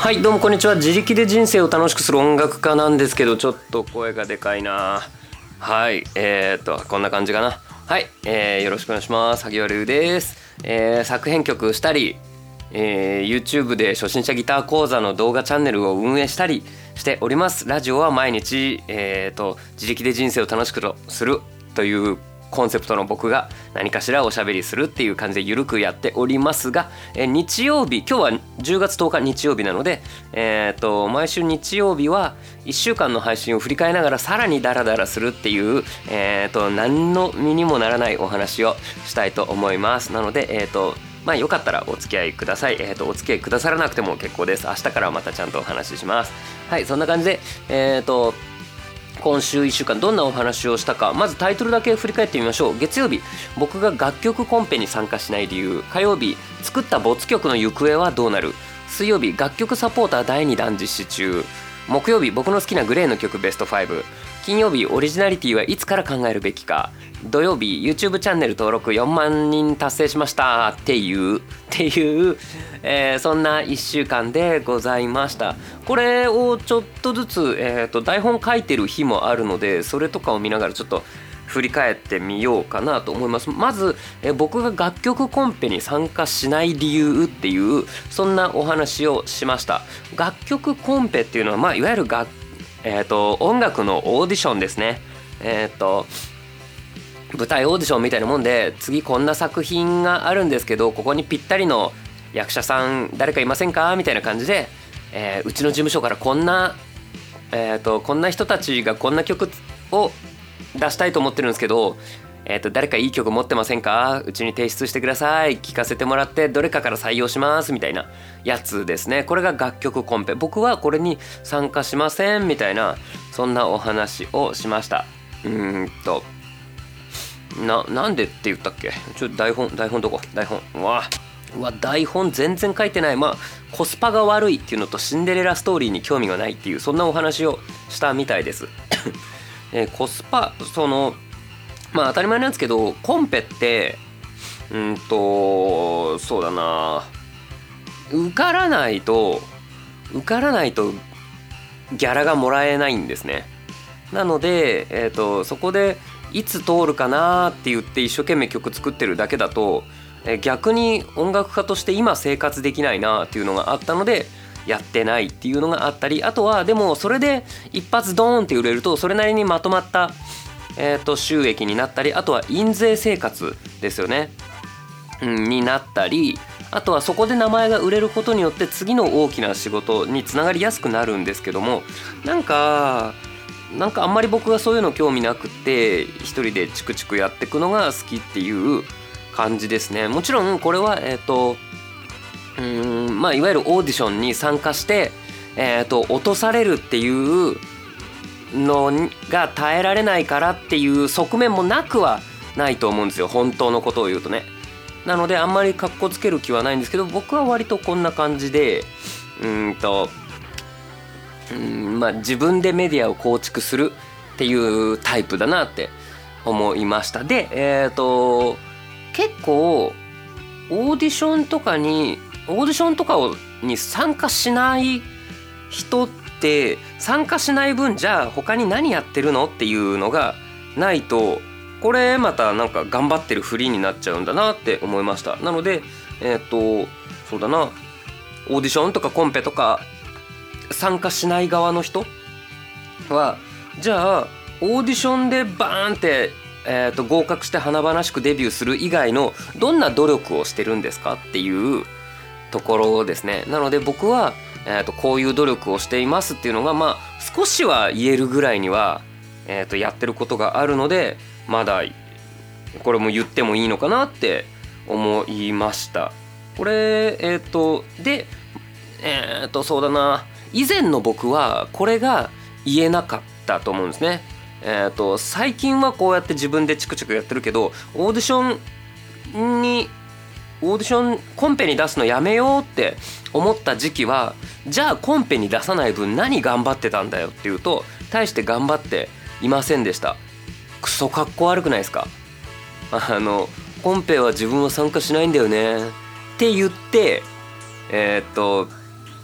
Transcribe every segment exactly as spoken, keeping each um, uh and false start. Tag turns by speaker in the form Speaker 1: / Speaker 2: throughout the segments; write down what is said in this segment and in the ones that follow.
Speaker 1: はい、どうもこんにちは。自力で人生を楽しくする音楽家なんですけど、ちょっと声がでかいな。はい、えー、っとこんな感じかな。はい、えー、よろしくお願いします。萩原優です。えー、作編曲したり、えー、YouTube で初心者ギター講座の動画チャンネルを運営したりしております。ラジオは毎日、えー、と自力で人生を楽しくするというコンセプトの僕が何かしらおしゃべりするっていう感じでゆるくやっておりますが、えー、日曜日、今日はじゅうがつとおか日曜日なので、えー、と毎週日曜日はいっしゅうかんの配信を振り返りながらさらにダラダラするっていう、えー、と何の身にもならないお話をしたいと思います。なので、えー、とまあよかったらお付き合いください。えー、とお付き合いくださらなくても結構です。明日からまたちゃんとお話しします。はい、そんな感じで、えー、と今週いっしゅうかんどんなお話をしたか、まずタイトルだけ振り返ってみましょう。月曜日、僕が楽曲コンペに参加しない理由。火曜日、作った没曲の行方はどうなる。水曜日、楽曲サポーターだいにだん実施中。木曜日、僕の好きなグレーの曲ベストご。金曜日、オリジナリティはいつから考えるべきか。土曜日、 YouTube チャンネル登録よんまんにん達成しましたっていうっていう、えー、そんないっしゅうかんでございました。これをちょっとずつ、えーと、台本書いてる日もあるので、それとかを見ながらちょっと振り返ってみようかなと思います。まず、えー、僕が楽曲コンペに参加しない理由っていうそんなお話をしました。楽曲コンペっていうのは、まあ、いわゆる楽、えーと、音楽のオーディションですね。えっと舞台オーディションみたいなもんで、次こんな作品があるんですけど、ここにぴったりの役者さん誰かいませんかみたいな感じで、えー、うちの事務所からこんな、えーと、こんな人たちがこんな曲を出したいと思ってるんですけど、えーと、誰かいい曲持ってませんか、うちに提出してください、聴かせてもらってどれかから採用しますみたいなやつですね。これが楽曲コンペ。僕はこれに参加しませんみたいな、そんなお話をしました。うーんとな, なんでって言ったっけ。ちょっと台本台本どこ台本うわうわ台本全然書いてない。まあコスパが悪いっていうのとシンデレラストーリーに興味がないっていう、そんなお話をしたみたいです、えー、コスパ、そのまあ当たり前なんですけど、コンペってうんとそうだな受からないと受からないとギャラがもらえないんですね。なので、えーと、そこでいつ通るかなって言って一生懸命曲作ってるだけだと、え逆に音楽家として今生活できないなっていうのがあったのでやってないっていうのがあったり、あとはでもそれで一発ドーンって売れるとそれなりにまとまった、えーと収益になったり、あとは印税生活ですよね、うん、になったり、あとはそこで名前が売れることによって次の大きな仕事につながりやすくなるんですけども、なんかなんかあんまり僕がそういうの興味なくて一人でチクチクやっていくのが好きっていう感じですね。もちろんこれはえっとうーんまあいわゆるオーディションに参加してえっと落とされるっていうのが耐えられないからっていう側面もなくはないと思うんですよ、本当のことを言うとね。なのであんまりカッコつける気はないんですけど、僕は割とこんな感じでうーんとうんまあ、自分でメディアを構築するっていうタイプだなって思いました。で、えーと結構オーディションとかにオーディションとかをに参加しない人って、参加しない分じゃあ他に何やってるのっていうのがないと、これまたなんか頑張ってるふりになっちゃうんだなって思いました。なのでえっとそうだな、オーディションとかコンペとか参加しない側の人は、じゃあオーディションでバーンって、えー、と合格して華々しくデビューする以外のどんな努力をしてるんですかっていうところですね。なので僕は、えー、とこういう努力をしていますっていうのが、まあ少しは言えるぐらいには、えー、とやってることがあるので、まだこれも言ってもいいのかなって思いました。これえっ、ー、とでえっ、ー、とそうだな以前の僕はこれが言えなかったと思うんですね。えーと最近はこうやって自分でチクチクやってるけど、オーディションにオーディションコンペに出すのやめようって思った時期は、じゃあコンペに出さない分何頑張ってたんだよっていうと、大して頑張っていませんでした。クソかっこ悪くないですか。あのコンペは自分は参加しないんだよねって言って、えー、っと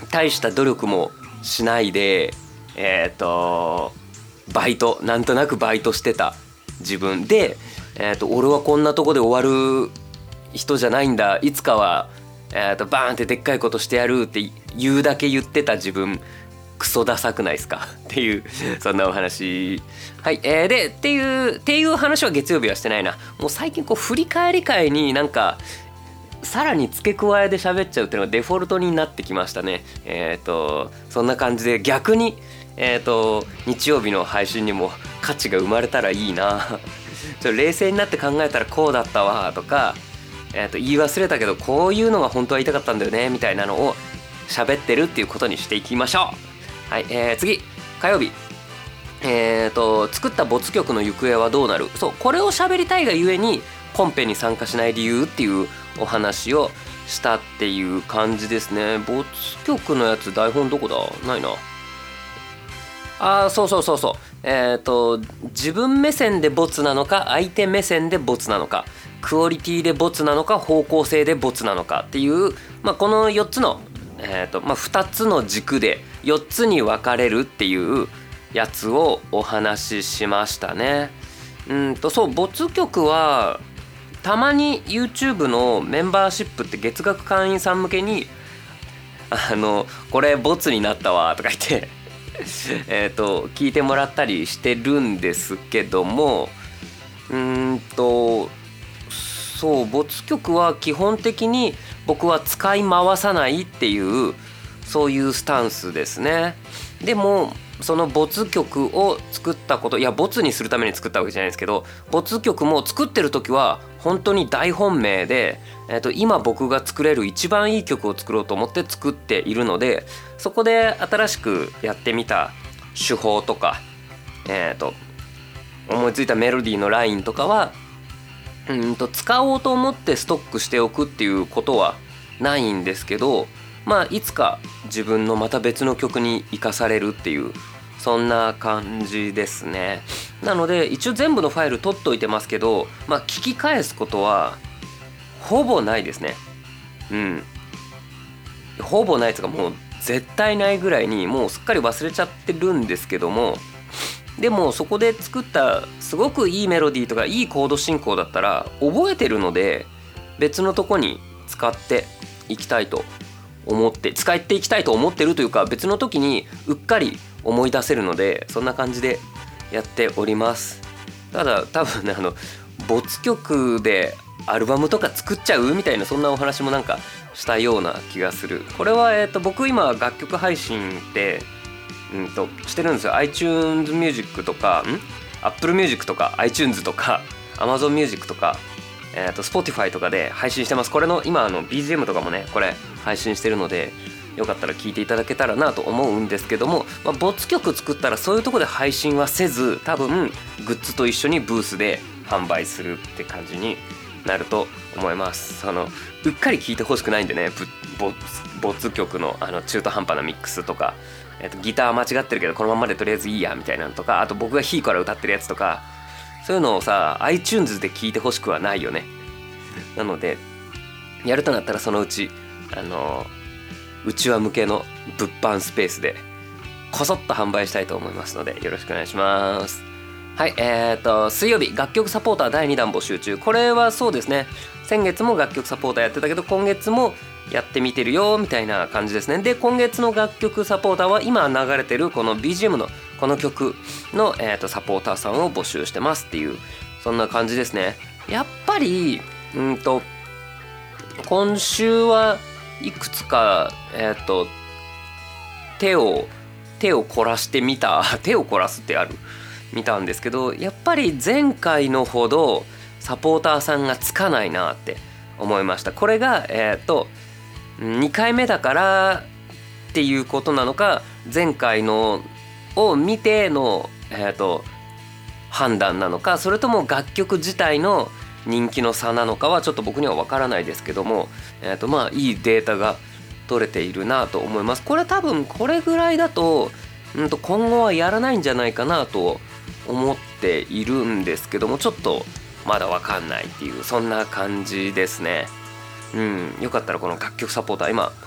Speaker 1: 大した努力もしないでえっとバイトなんとなくバイトしてた自分で、えー、と俺はこんなとこで終わる人じゃないんだ、いつかは、えー、とバーンってでっかいことしてやるって言うだけ言ってた自分クソダサくないですかっていうそんなお話。はい、えー、でっていうっていう話は月曜日はしてないな。もう最近こう振り返り会になんかさらに付け加えで喋っちゃうっていうのがデフォルトになってきましたね。えっとそんな感じで逆にえっと日曜日の配信にも価値が生まれたらいいなちょっと冷静になって考えたらこうだったわとか、えっと言い忘れたけどこういうのが本当は言いたかったんだよねみたいなのを喋ってるっていうことにしていきましょう。はい、えー、次火曜日えっと作った没曲の行方はどうなる。そうこれを喋りたいがゆえにコンペに参加しない理由っていうお話をしたっていう感じですね。没曲のやつ台本どこだ。ないなあーそうそうそうそうえっと自分目線でボツなのか相手目線でボツなのかクオリティでボツなのか方向性でボツなのかっていう、まあ、このよっつの、えーとまあ、ふたつの軸でよっつに分かれるっていうやつをお話ししましたね。うんとそう没曲はたまに YouTube のメンバーシップって月額会員さん向けにあのこれボツになったわとか言ってえっと聞いてもらったりしてるんですけども、うーんとそう没曲は基本的に僕は使い回さないっていうそういうスタンスですね。でもその没曲を作ったこと、いや没にするために作ったわけじゃないですけど、没曲も作ってる時は本当に大本命で、えーと、今僕が作れる一番いい曲を作ろうと思って作っているので、そこで新しくやってみた手法とか、えーと、思いついたメロディーのラインとかはうんと使おうと思ってストックしておくっていうことはないんですけど、まあいつか自分のまた別の曲に生かされるっていうそんな感じですね。なので一応全部のファイル取っといてますけど、まあ聞き返すことはほぼないですね。うんほぼないとかもう絶対ないぐらいにもうすっかり忘れちゃってるんですけども、でもそこで作ったすごくいいメロディーとかいいコード進行だったら覚えてるので、別のとこに使っていきたいと思って使っていきたいと思ってるというか、別の時にうっかり思い出せるのでそんな感じでやっております。ただ多分ねあの没曲でアルバムとか作っちゃうみたいなそんなお話もなんかしたような気がする。これはえっと僕今楽曲配信でうんとしてるんですよ。 iTunes Music とかん Apple Music とか iTunes とか Amazon Music とかえー、と Spotify とかで配信してます。これの今あの ビージーエム とかもねこれ配信してるのでよかったら聞いていただけたらなと思うんですけども、まあ、没曲作ったらそういうとこで配信はせず、多分グッズと一緒にブースで販売するって感じになると思います。そのうっかり聞いてほしくないんでね、没曲のあの中途半端なミックスとか、えー、とギター間違ってるけどこのままでとりあえずいいやみたいなのとか、あと僕がヒーから歌ってるやつとかそういうのをさ iTunes で聞いてほしくはないよね。なのでやるとなったらそのうちあのうちわ向けの物販スペースでこそっと販売したいと思いますのでよろしくお願いします。はい、えーと水曜日楽曲サポーターだいにだん募集中。これはそうですね、先月も楽曲サポーターやってたけど今月もやってみてるよみたいな感じですね。で今月の楽曲サポーターは今流れてるこの ビージーエム のこの曲の、えー、とサポーターさんを募集してますっていうそんな感じですね。やっぱりうんと今週はいくつかえっ、ー、と手を手を凝らしてみた手を凝らすってある見たんですけど、やっぱり前回のほどサポーターさんがつかないなって思いました。これがえっ、ー、とにかいめだからっていうことなのか、前回のを見ての、えー、と判断なのか、それとも楽曲自体の人気の差なのかはちょっと僕には分からないですけども、えー、とまあいいデータが取れているなと思います。これ多分これぐらいだと、うん、と今後はやらないんじゃないかなと思っているんですけども、ちょっとまだ分かんないっていうそんな感じですね。うん、よかったらこの楽曲サポーター今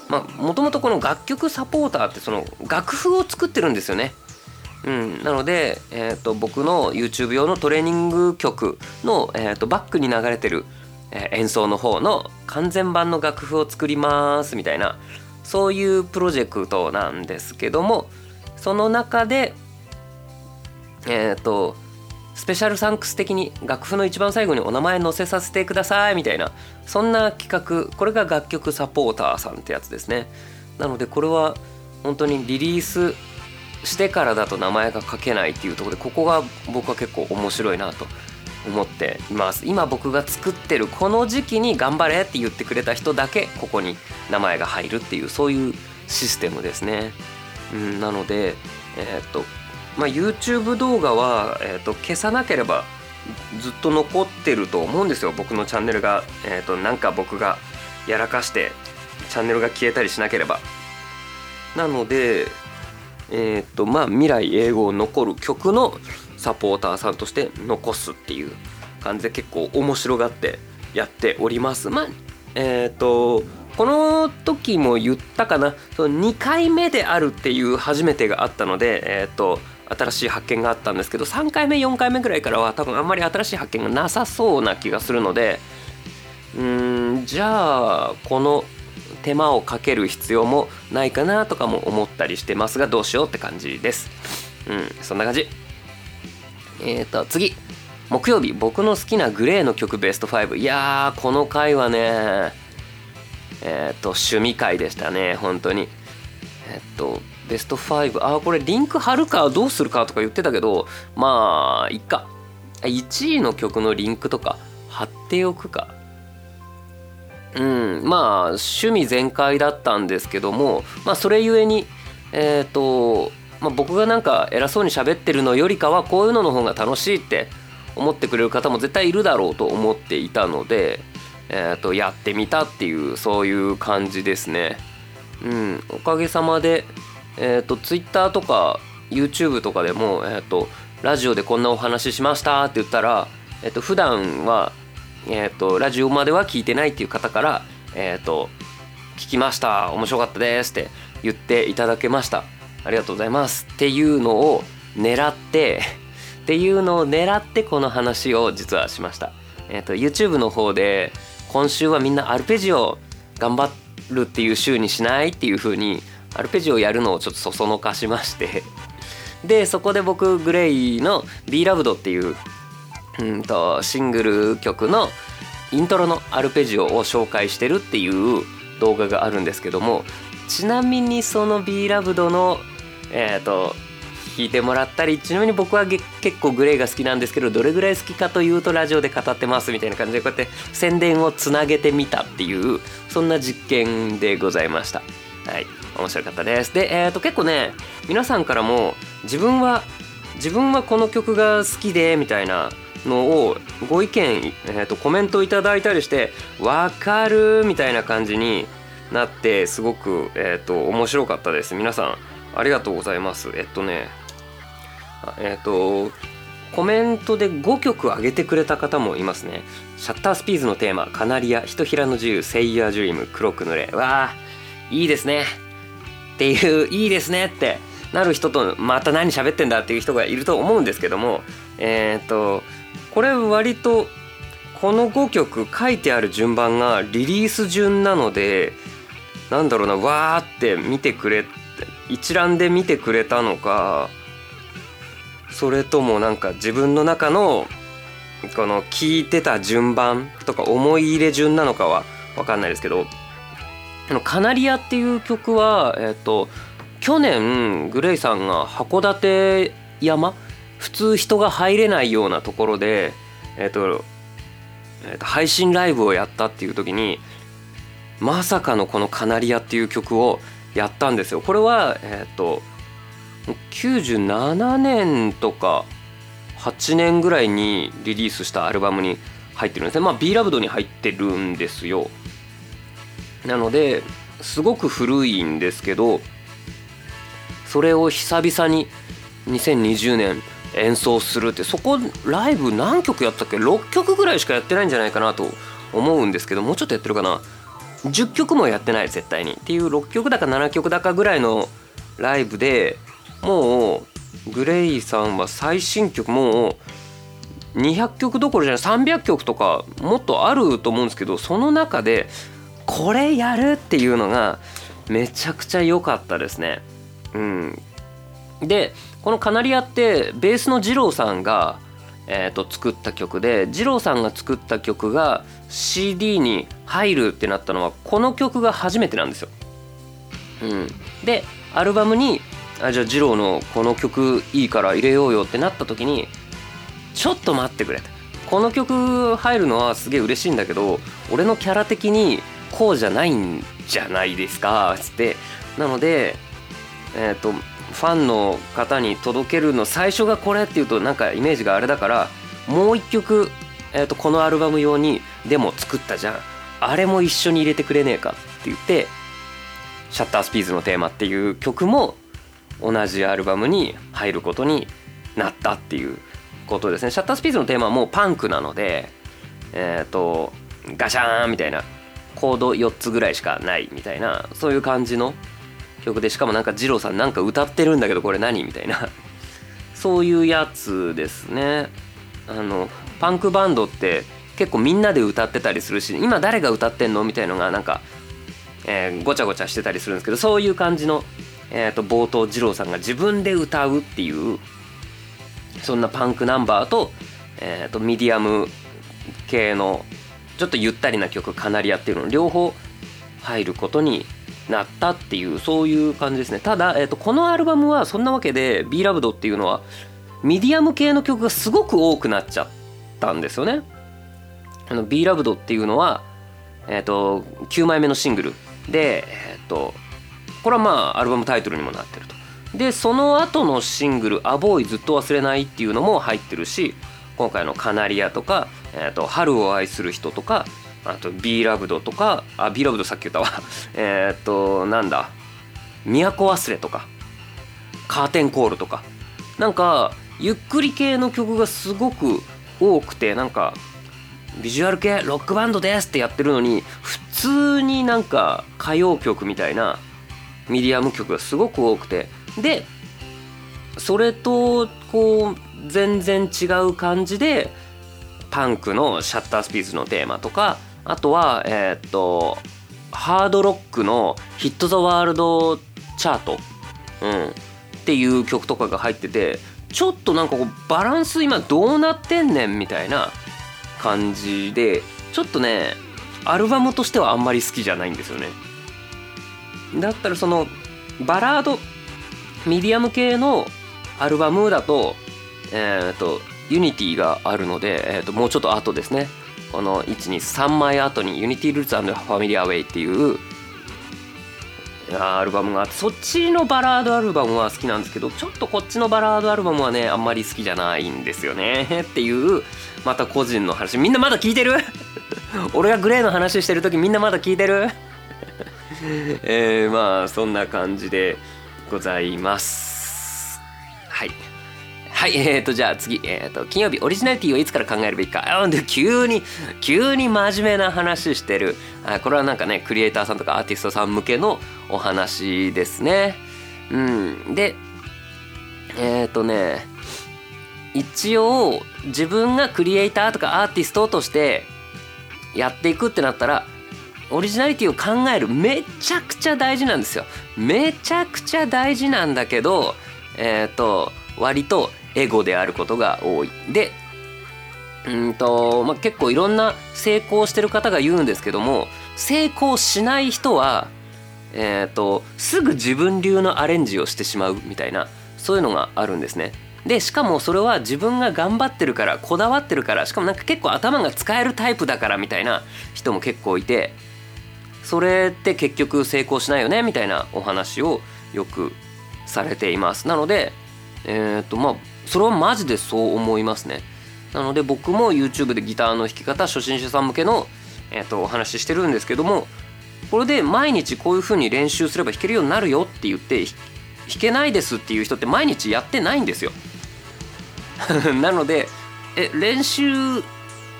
Speaker 1: まあもともとこの楽曲サポーターってその楽譜を作ってるんですよね。うん、なので、えー、と僕の YouTube 用のトレーニング曲の、えー、とバックに流れてる、えー演奏の方の完全版の楽譜を作りますみたいな、そういうプロジェクトなんですけども、その中でえっ、とスペシャルサンクス的に楽譜の一番最後にお名前載せさせてくださいみたいな、そんな企画、これが楽曲サポーターさんってやつですね。なのでこれは本当にリリースしてからだと名前が書けないっていうところで、ここが僕は結構面白いなと思っています。今僕が作ってるこの時期に頑張れって言ってくれた人だけここに名前が入るっていう、そういうシステムですね。うん、なので、えー、っとまあ、YouTube 動画は、えー、と消さなければずっと残ってると思うんですよ、僕のチャンネルが、えー、となんか僕がやらかしてチャンネルが消えたりしなければ。なので、えーとまあ、未来永劫残る曲のサポーターさんとして残すっていう感じで結構面白がってやっております。まあえーとこの時も言ったかな、そのにかいめであるっていう初めてがあったので、えーと新しい発見があったんですけど、さんかいめよんかいめぐらいからは多分あんまり新しい発見がなさそうな気がするので、うーんじゃあこの手間をかける必要もないかなとかも思ったりしてますが、どうしようって感じです。うんそんな感じ。えーと次木曜日、僕の好きなグレーの曲ベストファイブ。いやーこの回はねえーと趣味回でしたね本当に。えっとベストファイブ、あーこれリンク貼るかどうするかとか言ってたけど、まあいっか、いちいの曲のリンクとか貼っておくか。うんまあ趣味全開だったんですけども、まあそれゆえにえっと、まあ、僕がなんか偉そうに喋ってるのよりかはこういうのの方が楽しいって思ってくれる方も絶対いるだろうと思っていたので、えー、とやってみたっていう、そういう感じですね。うんおかげさまでえー、と Twitter とか YouTube とかでも、えー、とラジオでこんなお話ししましたって言ったら、えー、と普段は、えー、とラジオまでは聞いてないっていう方から、えー、と聞きました面白かったですって言っていただけました、ありがとうございますっていうのを狙ってっていうのを狙ってこの話を実はしました。えー、と YouTube の方で今週はみんなアルペジオ頑張るっていう週にしないっていう風にアルペジオをやるのをちょっとそそのかしましてでそこで僕グレイの Be Loved っていう、うんとシングル曲のイントロのアルペジオを紹介してるっていう動画があるんですけども、ちなみにその Be Loved のえっと弾いてもらったり、ちなみに僕は結構グレイが好きなんですけど、どれぐらい好きかというとラジオで語ってますみたいな感じでこうやって宣伝をつなげてみたっていう、そんな実験でございました。はい面白かったです。で、えー、と結構ね皆さんからも自分は自分はこの曲が好きでみたいなのをご意見、えー、とコメントいただいたりして、わかるみたいな感じになってすごく、えー、と面白かったです。皆さんありがとうございます。えっとねえっとコメントでごきょく上げてくれた方もいますね。シャッタースピーズのテーマ、カナリア、ひとひらの自由、セイヤージュリーム、黒く濡れ。わーいいですねっていう、いいですねってなる人と、また何喋ってんだっていう人がいると思うんですけども、えっとこれ割とこのごきょく書いてある順番がリリース順なので、なんだろうな、わーって見てくれ一覧で見てくれたのか、それともなんか自分の中のこの聞いてた順番とか思い入れ順なのかは分かんないですけど、カナリアっていう曲は、えー、と去年グレイさんが函館山、普通人が入れないようなところで、えーとえー、と配信ライブをやったっていう時にまさかのこのカナリアっていう曲をやったんですよ。これは、えー、ときゅうじゅうななねんとかはちねんぐらいにリリースしたアルバムに入ってるんですね。まあ Be Loved に入ってるんですよ。なのですごく古いんですけど、それを久々ににせんにじゅうねん演奏するって、そこライブ何曲やったっけ、ろっきょくぐらいしかやってないんじゃないかなと思うんですけど、もうちょっとやってるかな。 じゅっきょくもやってない絶対にっていうろっきょくだかななきょくだかぐらいのライブで、もうグレイさんは最新曲もうにひゃっきょくどころじゃないさんびゃっきょくとかもっとあると思うんですけど、その中でこれやるっていうのがめちゃくちゃ良かったですね。うん、でこのカナリアってベースの二郎さんが、えー、と作った曲で、二郎さんが作った曲が シーディー に入るってなったのはこの曲が初めてなんですよ。うん、でアルバムにあじゃあ二郎のこの曲いいから入れようよってなった時に、ちょっと待ってくれ、この曲入るのはすげえ嬉しいんだけど俺のキャラ的にこうじゃないんじゃないですかつって、なのでえっとファンの方に届けるの最初がこれっていうとなんかイメージがあれだから、もう一曲、えー、とこのアルバム用にデモ作ったじゃん、あれも一緒に入れてくれねえかって言って、シャッタースピーズのテーマっていう曲も同じアルバムに入ることになったっていうことですね。シャッタースピーズのテーマはもうパンクなので、えっとガシャーンみたいなコードよっつぐらいしかないみたいな、そういう感じの曲で、しかもなんか二郎さんなんか歌ってるんだけどこれ何みたいなそういうやつですね。あのパンクバンドって結構みんなで歌ってたりするし、今誰が歌ってんのみたいのがなんか、えー、ごちゃごちゃしてたりするんですけど、そういう感じの、えー、と冒頭二郎さんが自分で歌うっていうそんなパンクナンバーと、えー、とミディアム系のちょっとゆったりな曲カナリアっていうの両方入ることになったっていう、そういう感じですね。ただ、えー、とこのアルバムはそんなわけで B ラブドっていうのはミディアム系の曲がすごく多くなっちゃったんですよね。あの B ラブドっていうのは、えー、ときゅうまいめのシングルで、えー、とこれはまあアルバムタイトルにもなってると。でその後のシングル「アボーイずっと忘れない」っていうのも入ってるし、今回のカナリアとか、えー、と春を愛する人とか、あと B ラブドとか、あ B ラブドさっき言ったわえっとなんだ都忘れとかカーテンコールとか、なんかゆっくり系の曲がすごく多くて、なんかビジュアル系ロックバンドですってやってるのに普通になんか歌謡曲みたいなミディアム曲がすごく多くて、でそれとこう全然違う感じでパンクのシャッタースピーズのテーマとか、あとはえー、っとハードロックのヒット・ザ・ワールドチャート、うん、っていう曲とかが入ってて、ちょっとなんかこうバランス今どうなってんねんみたいな感じで、ちょっとねアルバムとしてはあんまり好きじゃないんですよね。だったらそのバラードミディアム系のアルバムだとえっとユニティがあるので、えー、ともうちょっと後ですね、このいちにさんまい後にユニティルーツ&ファミリアウェイっていうアルバムがあって、そっちのバラードアルバムは好きなんですけど、ちょっとこっちのバラードアルバムはねあんまり好きじゃないんですよねっていう、また個人の話。みんなまだ聞いてる俺がグレーの話してる時みんなまだ聞いてるえー、まあそんな感じでございます。はいはい、えーとじゃあ次、えーと金曜日オリジナリティをいつから考えるべきか。あで急に急に真面目な話してる。あこれはなんかねクリエイターさんとかアーティストさん向けのお話ですね。うんでえーとね一応自分がクリエイターとかアーティストとしてやっていくってなったらオリジナリティを考えるめちゃくちゃ大事なんですよ。めちゃくちゃ大事なんだけど、えっと割とエゴであることが多い。でうんと、まあ、結構いろんな成功してる方が言うんですけども、成功しない人はえっとすぐ自分流のアレンジをしてしまうみたいな、そういうのがあるんですね。でしかもそれは自分が頑張ってるからこだわってるから、しかもなんか結構頭が使えるタイプだからみたいな人も結構いて、それって結局成功しないよねみたいなお話をよくされています。なのでえっとまあそれはマジでそう思いますね。なので僕も YouTube でギターの弾き方初心者さん向けの、えー、とお話ししてるんですけども、これで毎日こういう風に練習すれば弾けるようになるよって言って弾けないですっていう人って毎日やってないんですよなのでえ練習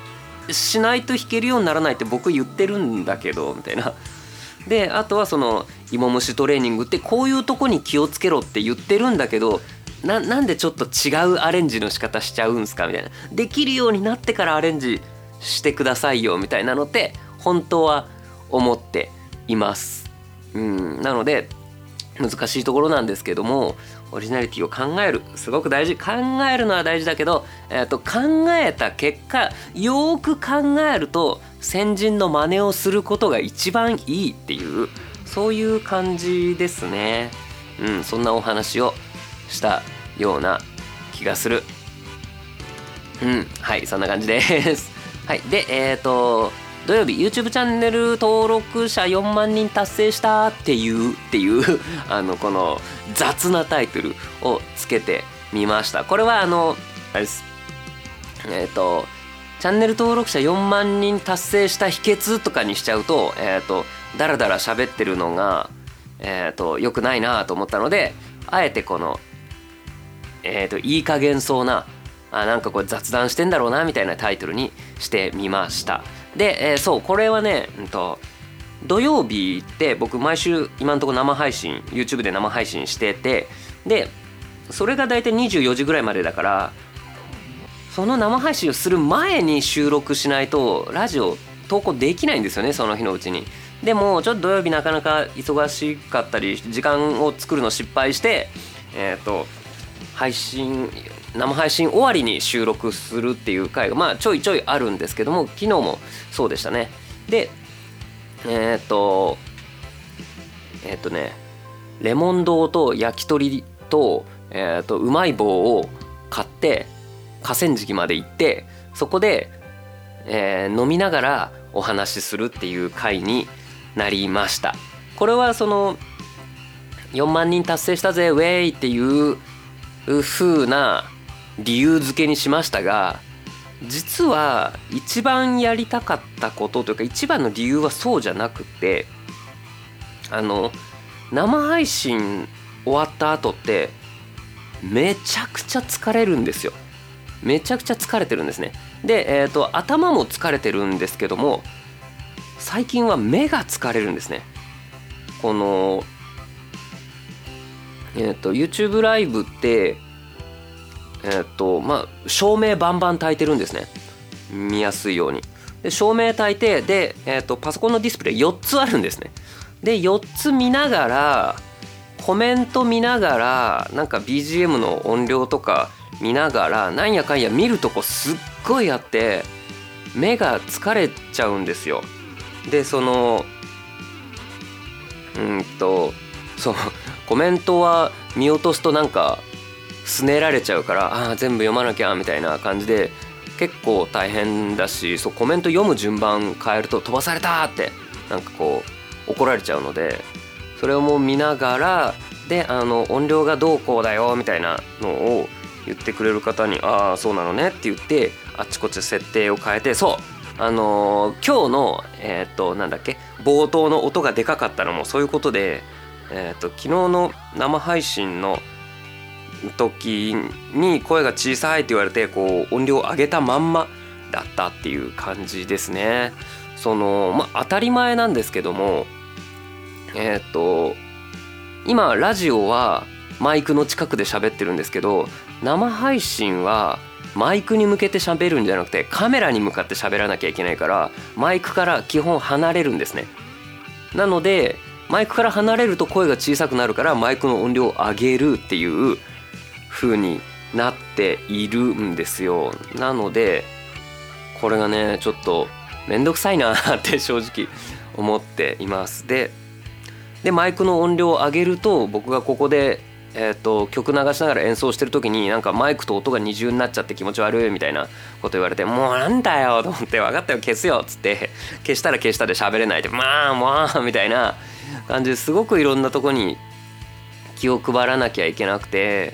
Speaker 1: しないと弾けるようにならないって僕言ってるんだけどみたいな。であとはその芋虫トレーニングってこういうとこに気をつけろって言ってるんだけど な, なんでちょっと違うアレンジの仕方しちゃうんすかみたいな。できるようになってからアレンジしてくださいよみたいなのって本当は思っています。うんなので難しいところなんですけども、オリジナリティを考えるすごく大事。考えるのは大事だけど、えー、と考えた結果よーく考えると先人の真似をすることが一番いいっていうそういう感じですね。うんそんなお話をしたような気がする。うんはいそんな感じです。はいでえっ、ー、と土曜日 YouTube チャンネル登録者よんまんにん達成したっていうっていうあのこの雑なタイトルをつけてみました。これはあのあれですえっ、ー、とチャンネル登録者よんまんにん達成した秘訣とかにしちゃうとえっ、ー、とだらだら喋ってるのがえっ、ー、と良くないなと思ったので、あえてこのえっ、ー、といい加減そうなあなんかこれ雑談してんだろうなみたいなタイトルにしてみました。で、えー、そうこれはね、うんと、土曜日って僕毎週今のところ生配信 YouTube で生配信してて、でそれが大体にじゅうよじぐらいまでだから、その生配信をする前に収録しないとラジオ投稿できないんですよね、その日のうちに。でもちょっと土曜日なかなか忙しかったり時間を作るの失敗してえっと配信生配信終わりに収録するっていう回がまあちょいちょいあるんですけども、昨日もそうでしたね。でえっとえっとねレモン堂と焼き鳥とえっとうまい棒を買って河川敷まで行って、そこで、えー、飲みながらお話しするっていう回になりました。これはそのよんまんにん達成したぜウェイっていう風な理由付けにしましたが、実は一番やりたかったことというか一番の理由はそうじゃなくて、あの生配信終わった後ってめちゃくちゃ疲れるんですよ。めちゃくちゃ疲れてるんですね。で、えーと、頭も疲れてるんですけども、最近は目が疲れるんですね。このえーと YouTube ライブってえーとまあ、照明バンバン焚いてるんですね、見やすいように。で照明焚いてで、えーと、パソコンのディスプレイよっつあるんですね。でよっつ見ながらコメント見ながらなんか ビージーエム の音量とか見ながらなんやかんや見るとこすっごいあって目が疲れちゃうんですよ。でそのうんとそうコメントは見落とすとなんかすねられちゃうから、あー全部読まなきゃみたいな感じで結構大変だし、そうコメント読む順番変えると飛ばされたってなんかこう怒られちゃうので、それをもう見ながらであの音量がどうこうだよみたいなのを言ってくれる方に、ああそうなのねって言ってあっちこっち設定を変えて、そうあのー、今日のえー、っとなんだっけ冒頭の音がでかかったのもそういうことで、えー、っと昨日の生配信の時に声が小さいって言われてこう音量を上げたまんまだったっていう感じですね。そのまあ当たり前なんですけども、えー、っと今ラジオはマイクの近くで喋ってるんですけど、生配信はマイクに向けて喋るんじゃなくてカメラに向かって喋らなきゃいけないからマイクから基本離れるんですね。なのでマイクから離れると声が小さくなるからマイクの音量を上げるっていう風になっているんですよ。なのでこれがねちょっとめんどくさいなって正直思っています。ででマイクの音量を上げると僕がここで、えー、と曲流しながら演奏してる時になんかマイクと音が二重になっちゃって気持ち悪いみたいなこと言われて、もうなんだよと思って、分かったよ消すよっつって消したら消したで喋れないでまあまあみたいな感じですごくいろんなとこに気を配らなきゃいけなくて、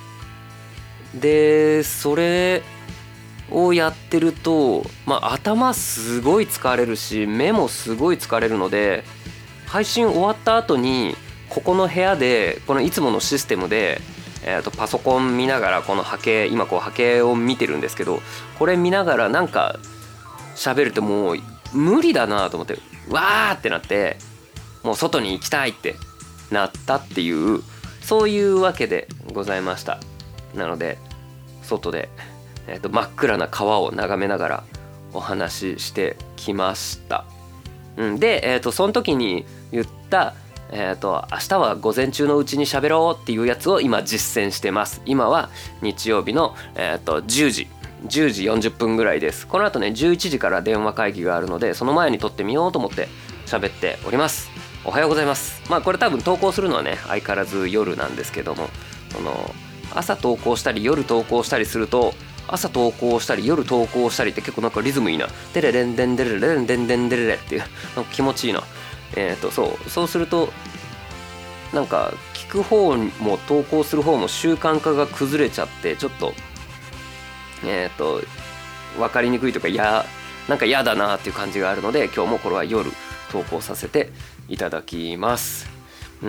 Speaker 1: でそれをやってると、まあ、頭すごい疲れるし目もすごい疲れるので、配信終わった後にここの部屋でこのいつものシステムで、えー、とパソコン見ながらこの波形今こう波形を見てるんですけど、これ見ながらなんか喋るともう無理だなと思ってわーってなって、もう外に行きたいってなったっていう、そういうわけでございました。なので外で、えー、と真っ暗な川を眺めながらお話ししてきました。うん、で、えー、とその時に言った、えー、と明日は午前中のうちに喋ろうっていうやつを今実践してます。今は日曜日の、えー、とじゅうじじゅうじよんじゅっぷんぐらいです。この後ねじゅういちじから電話会議があるので、その前に撮ってみようと思って喋っております。おはようございます。まあこれ多分投稿するのはね相変わらず夜なんですけども、その朝投稿したり夜投稿したりすると、朝投稿したり夜投稿したりって結構なんかリズムいいな。デレレンデンデレレンデンデンデレレっていうなんか気持ちいいな。えっとそうそうするとなんか聞く方も投稿する方も習慣化が崩れちゃって、ちょっとえっと分かりにくいとか、やなんか嫌だなっていう感じがあるので、今日もこれは夜投稿させていただきます。うん。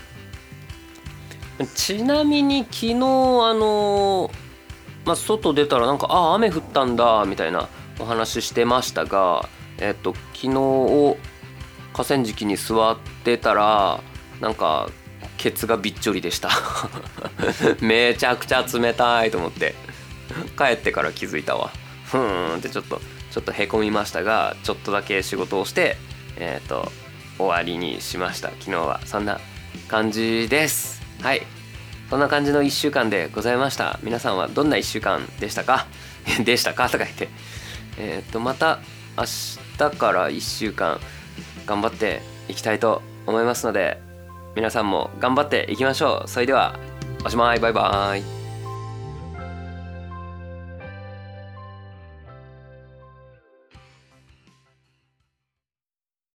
Speaker 1: ちなみに昨日あのまあ外出たらなんかあ雨降ったんだみたいなお話してましたが、えっと昨日河川敷に座ってたらなんかケツがびっちょりでしためちゃくちゃ冷たいと思って帰ってから気づいたわ。ふーんってちょっとちょっとへこみましたが、ちょっとだけ仕事をしてえっと終わりにしました。昨日はそんな感じです。はい、そんな感じのいっしゅうかんでございました。皆さんはどんないっしゅうかんでしたかでしたかとか言ってえっとまた明日からいっしゅうかん頑張っていきたいと思いますので、皆さんも頑張っていきましょう。それではおしまい。バイバイ。